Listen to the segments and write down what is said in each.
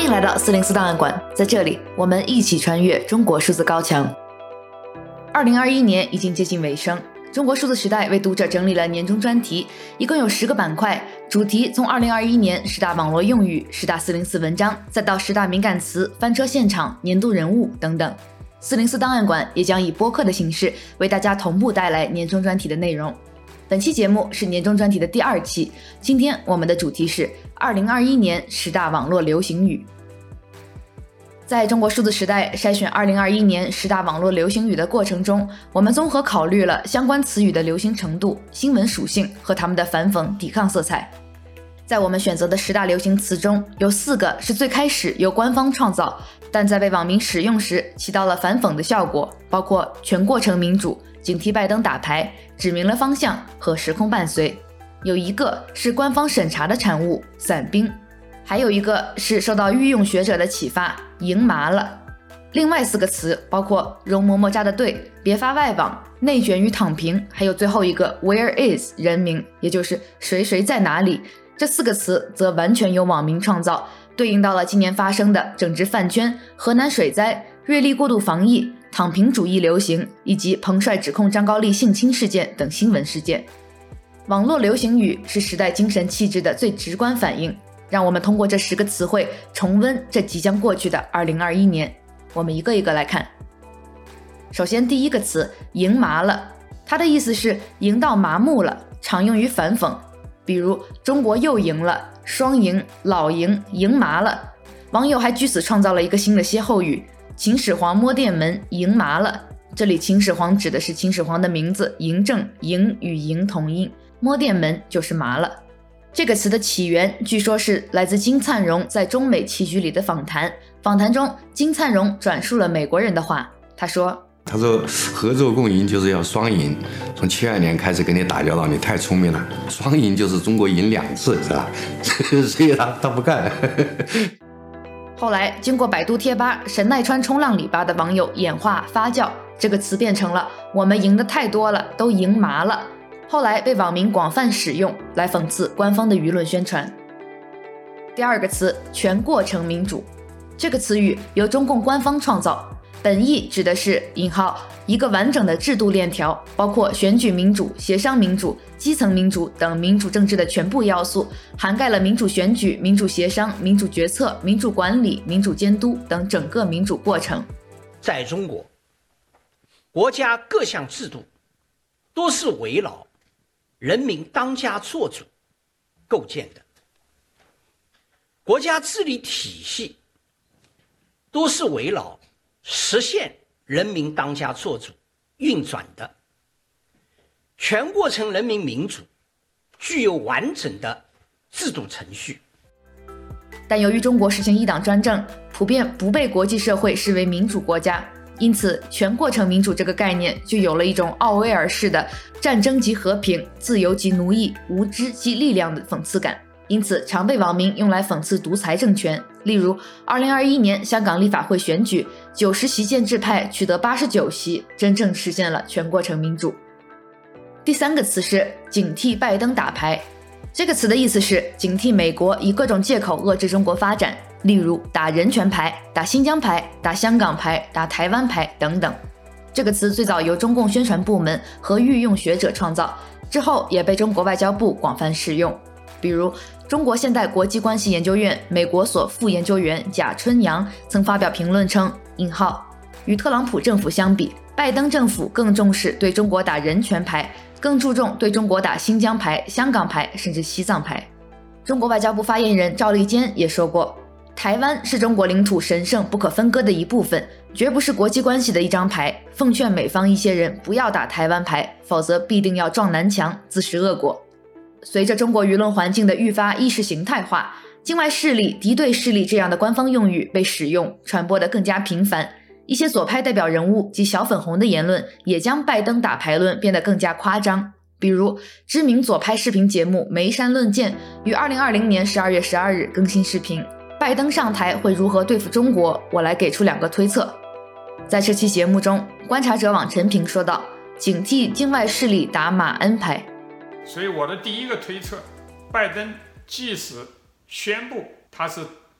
欢迎来到404档案馆，在这里我们一起穿越中国数字高墙。2021年已经接近尾声，中国数字时代为读者整理了年终专题，一共有10个板块，主题从2021年10大网络用语、10大404文章，再到10大敏感词、翻车现场、年度人物等等。404档案馆也将以播客的形式为大家同步带来年终专题的内容。本期节目是年终专题的第2期，今天我们的主题是2021年10大网络流行语。在中国数字时代筛选2021年10大网络流行语的过程中，我们综合考虑了相关词语的流行程度、新闻属性和它们的反讽抵抗色彩。在我们选择的10大流行词中，有4个是最开始由官方创造，但在被网民使用时起到了反讽的效果，包括全过程民主、警惕拜登打牌、指明了方向和时空伴随。有一个是官方审查的产物，伞兵。还有一个是受到御用学者的启发，赢麻了。另外4个词包括容嬷嬷扎的对、别发外网、内卷与躺平，还有最后一个 Where is 人名，也就是谁在哪里。这4个词则完全由网民创造，对应到了今年发生的政治饭圈、河南水灾、瑞丽过度防疫、躺平主义流行以及彭帅指控张高丽性侵事件等新闻事件。网络流行语是时代精神气质的最直观反应，让我们通过这10个词汇重温这即将过去的2021年。我们一个一个来看。首先第一个词赢麻了，它的意思是赢到麻木了，常用于反讽，比如中国又赢了、双赢、老赢、赢麻了。网友还据此创造了一个新的歇后语，秦始皇摸电门赢麻了。这里秦始皇指的是秦始皇的名字嬴政，嬴与嬴同音，摸电门就是麻了。这个词的起源据说是来自金灿荣在中美棋局里的访谈，访谈中金灿荣转述了美国人的话，他说合作共赢就是要双赢，从72年开始跟你打交道，你太聪明了，双赢就是中国赢2次，是吧？所以他不干。 后来经过百度贴吧、神奈川冲浪里吧的网友演化发酵，这个词变成了我们赢得太多了，都赢麻了。后来被网民广泛使用来讽刺官方的舆论宣传。第2个词全过程民主，这个词语由中共官方创造，本意指的是一个完整的制度链条，包括选举民主、协商民主、基层民主等民主政治的全部要素，涵盖了民主选举、民主协商、民主决策、民主管理、民主监督等整个民主过程。 在中国，国家各项制度都是围绕人民当家作主构建的，国家治理体系都是围绕实现人民当家作主运转的，全过程人民民主具有完整的制度程序。 但由于中国实行一党专政，普遍不被国际社会视为民主国家，因此全过程民主这个概念就有了一种奥威尔式的战争即和平、自由即奴役、无知即力量的讽刺感，因此常被网民用来讽刺独裁政权。例如2021年香港立法会选举，90席建制派取得89席，真正实现了全过程民主。第3个词是警惕拜登打牌，这个词的意思是警惕美国以各种借口遏制中国发展，例如打人权牌、打新疆牌、打香港牌、打台湾牌等等。这个词最早由中共宣传部门和御用学者创造，之后也被中国外交部广泛使用。比如中国现代国际关系研究院美国所副研究员贾春阳曾发表评论称，与特朗普政府相比，拜登政府更重视对中国打人权牌，更注重对中国打新疆牌、香港牌甚至西藏牌。中国外交部发言人赵立坚也说过，台湾是中国领土神圣不可分割的一部分，绝不是国际关系的一张牌，奉劝美方一些人不要打台湾牌，否则必定要撞南墙，自食恶果。随着中国舆论环境的愈发意识形态化，境外势力、敌对势力这样的官方用语被使用传播得更加频繁，一些左派代表人物及小粉红的言论也将拜登打牌论变得更加夸张。比如知名左派视频节目眉山论剑于2020年12月12日更新视频，拜登上台会如何对付中国，我来给出2个推测。在这期节目中，观察者网陈平说道，警惕境外势力打马恩牌。 所以我的第一个推测，拜登即使宣布他是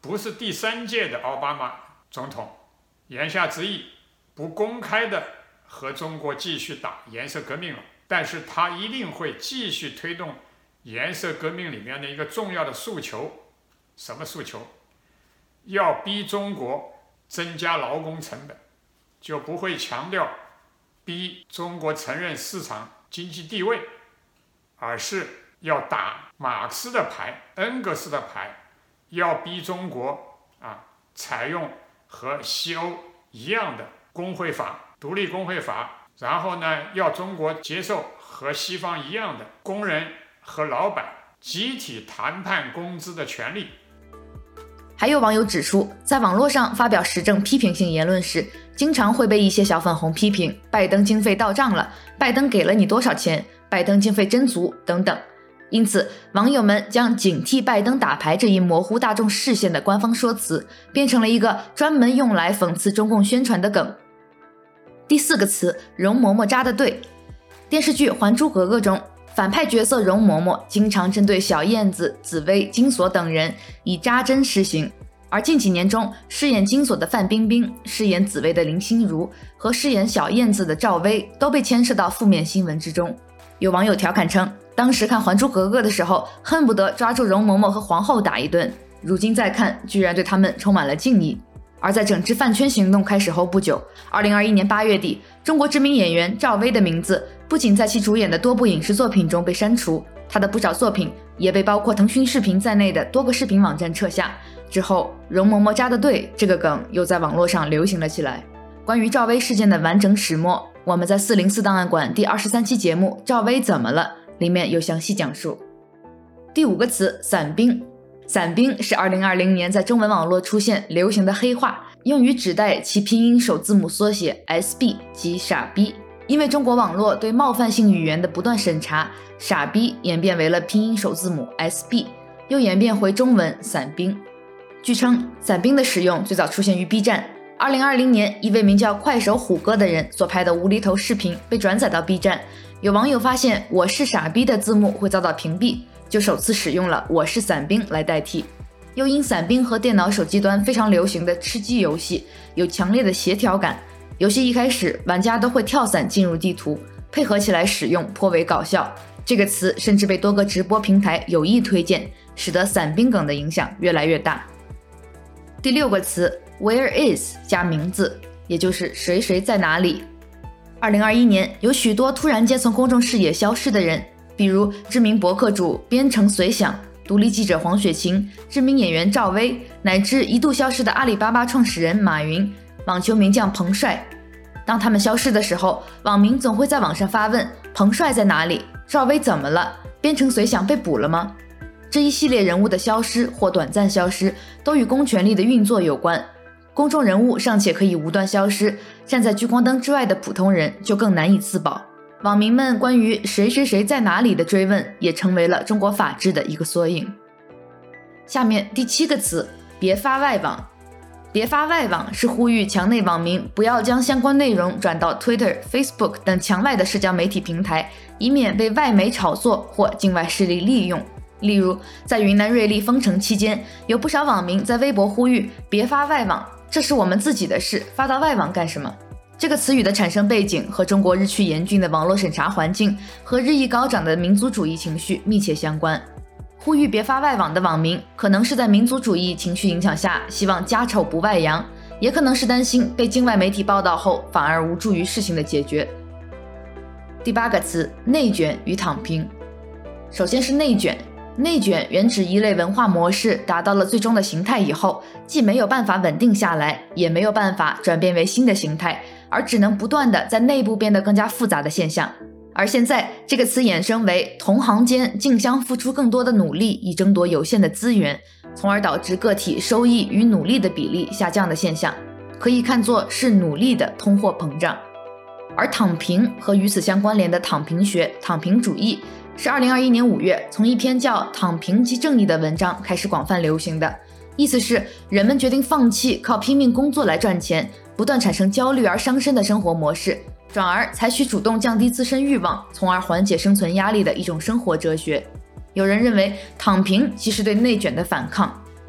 不是第3届的奥巴马总统，言下之意，不公开的和中国继续打颜色革命了，但是他一定会继续推动颜色革命里面的一个重要的诉求。什么诉求？要逼中国增加劳工成本，就不会强调逼中国承认市场经济地位，而是要打马克思的牌、恩格斯的牌，要逼中国采用和西欧一样的工会法、独立工会法，然后呢，要中国接受和西方一样的工人和老板集体谈判工资的权利。 还有网友指出，在网络上发表时政批评性言论时，经常会被一些小粉红批评拜登经费到账了，拜登给了你多少钱，拜登经费真足等等。因此，网友们将警惕拜登打牌这一模糊大众视线的官方说辞，变成了一个专门用来讽刺中共宣传的梗。第4个词，容嬷嬷扎的对。电视剧《还珠格格》中，反派角色容嬷嬷经常针对小燕子、紫薇、金锁等人以扎针施行，而近几年中，饰演金锁的范冰冰、饰演紫薇的林心如和饰演小燕子的赵薇都被牵涉到负面新闻之中。有网友调侃称，当时看《还珠格格》的时候，恨不得抓住容嬷嬷和皇后打一顿，如今再看，居然对他们充满了敬意。而在整治饭圈行动开始后不久，2021年8月底，中国知名演员赵薇的名字不仅在其主演的多部影视作品中被删除，她的不少作品也被包括腾讯视频在内的多个视频网站撤下。之后，容嬷嬷扎的对这个梗又在网络上流行了起来。关于赵薇事件的完整始末，我们在404档案馆第23期节目《赵薇怎么了》里面有详细讲述。第5个词，伞兵。伞兵是2020年在中文网络出现流行的黑话，用于指代其拼音首字母缩写 SB 即傻逼。因为中国网络对冒犯性语言的不断审查，傻逼演变为了拼音首字母 SB， 又演变回中文伞兵。据称，伞兵的使用最早出现于 B 站。2020年，一位名叫快手虎哥的人所拍的无厘头视频被转载到 B 站，有网友发现我是傻逼的字幕会遭到屏蔽，就首次使用了我是伞兵来代替。又因伞兵和电脑手机端非常流行的吃鸡游戏有强烈的协调感，游戏一开始玩家都会跳伞进入地图，配合起来使用颇为搞笑。这个词甚至被多个直播平台有意推荐，使得伞兵梗的影响越来越大。第6个词 Where is 加名字，也就是谁谁在哪里。2021年有许多突然间从公众视野消失的人，比如知名博客主编程随想、独立记者黄雪晴、知名演员赵薇，乃至一度消失的阿里巴巴创始人马云、网球名将彭帅。当他们消失的时候，网民总会在网上发问：彭帅在哪里？赵薇怎么了？编程随想被捕了吗？这一系列人物的消失或短暂消失，都与公权力的运作有关。公众人物尚且可以无端消失，站在聚光灯之外的普通人就更难以自保。网民们关于谁谁谁在哪里的追问，也成为了中国法治的一个缩影。下面第7个词，别发外网。别发外网是呼吁墙内网民不要将相关内容转到 Twitter、Facebook 等墙外的社交媒体平台，以免被外媒炒作或境外势力利用。例如，在云南瑞丽封城期间，有不少网民在微博呼吁别发外网，这是我们自己的事，发到外网干什么？这个词语的产生背景和中国日趋严峻的网络审查环境和日益高涨的民族主义情绪密切相关。呼吁别发外网的网民，可能是在民族主义情绪影响下，希望家丑不外扬，也可能是担心被境外媒体报道后，反而无助于事情的解决。第8个词，内卷与躺平。首先是内卷。内卷原指一类文化模式达到了最终的形态以后，既没有办法稳定下来，也没有办法转变为新的形态，而只能不断的在内部变得更加复杂的现象。而现在这个词衍生为同行间竞相付出更多的努力以争夺有限的资源，从而导致个体收益与努力的比例下降的现象，可以看作是努力的通货膨胀。而躺平和与此相关联的躺平学、躺平主义是2021年5月从一篇叫《躺平即正义》的文章开始广泛流行的，意思是人们决定放弃靠拼命工作来赚钱，不断产生焦虑而伤身的生活模式，转而采取主动降低自身欲望，从而缓解生存压力的一种生活哲学。有人认为躺平即是对内卷的反抗，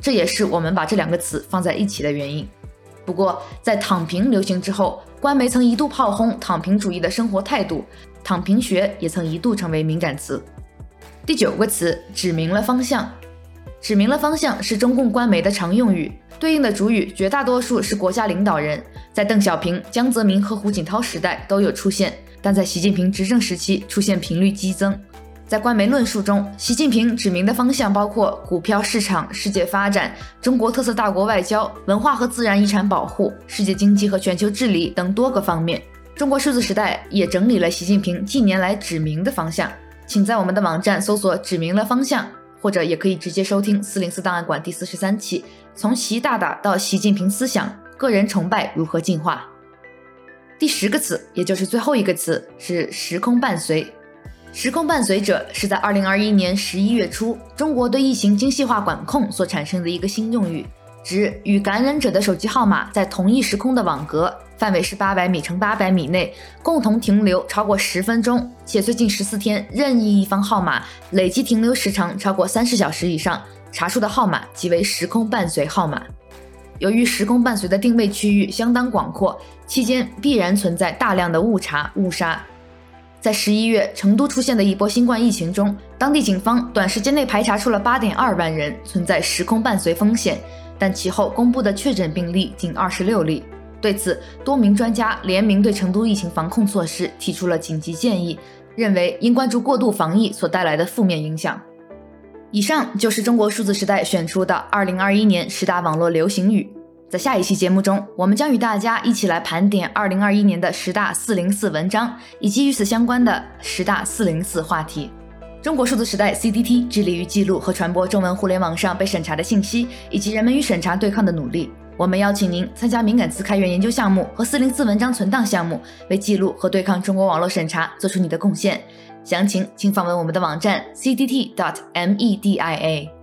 这也是我们把这两个词放在一起的原因。不过在躺平流行之后，官媒曾一度炮轰躺平主义的生活态度，躺平学也曾一度成为敏感词。第9个词，指明了方向。指明了方向是中共官媒的常用语，对应的主语绝大多数是国家领导人，在邓小平、江泽民和胡锦涛时代都有出现，但在习近平执政时期出现频率激增。在官媒论述中，习近平指明的方向包括股票市场、世界发展、中国特色大国外交、文化和自然遗产保护、世界经济和全球治理等多个方面。中国数字时代也整理了习近平近年来指明的方向，请在我们的网站搜索指明了方向，或者也可以直接收听404档案馆第43期，从习大大到习近平思想、个人崇拜如何进化。第10个词，也就是最后一个词，是时空伴随。时空伴随者是在2021年11月初，中国对疫情精细化管控所产生的一个新用语，指与感染者的手机号码在同一时空的网格，范围是800米乘800米内，共同停留超过10分钟，且最近14天任意一方号码累计停留时长超过30小时以上，查出的号码即为时空伴随号码。由于时空伴随的定位区域相当广阔，期间必然存在大量的误查误杀。在11月成都出现的一波新冠疫情中，当地警方短时间内排查出了8.2万人存在时空伴随风险，但其后公布的确诊病例仅26例。对此，多名专家联名对成都疫情防控措施提出了紧急建议，认为应关注过度防疫所带来的负面影响。以上就是中国数字时代选出的2021年10大网络流行语。在下一期节目中，我们将与大家一起来盘点2021年的10大404文章，以及与此相关的10大404话题。中国数字时代 CDT 致力于记录和传播中文互联网上被审查的信息，以及人们与审查对抗的努力。我们邀请您参加敏感词开源研究项目和404文章存档项目，为记录和对抗中国网络审查做出你的贡献。详情请访问我们的网站 cdt.media。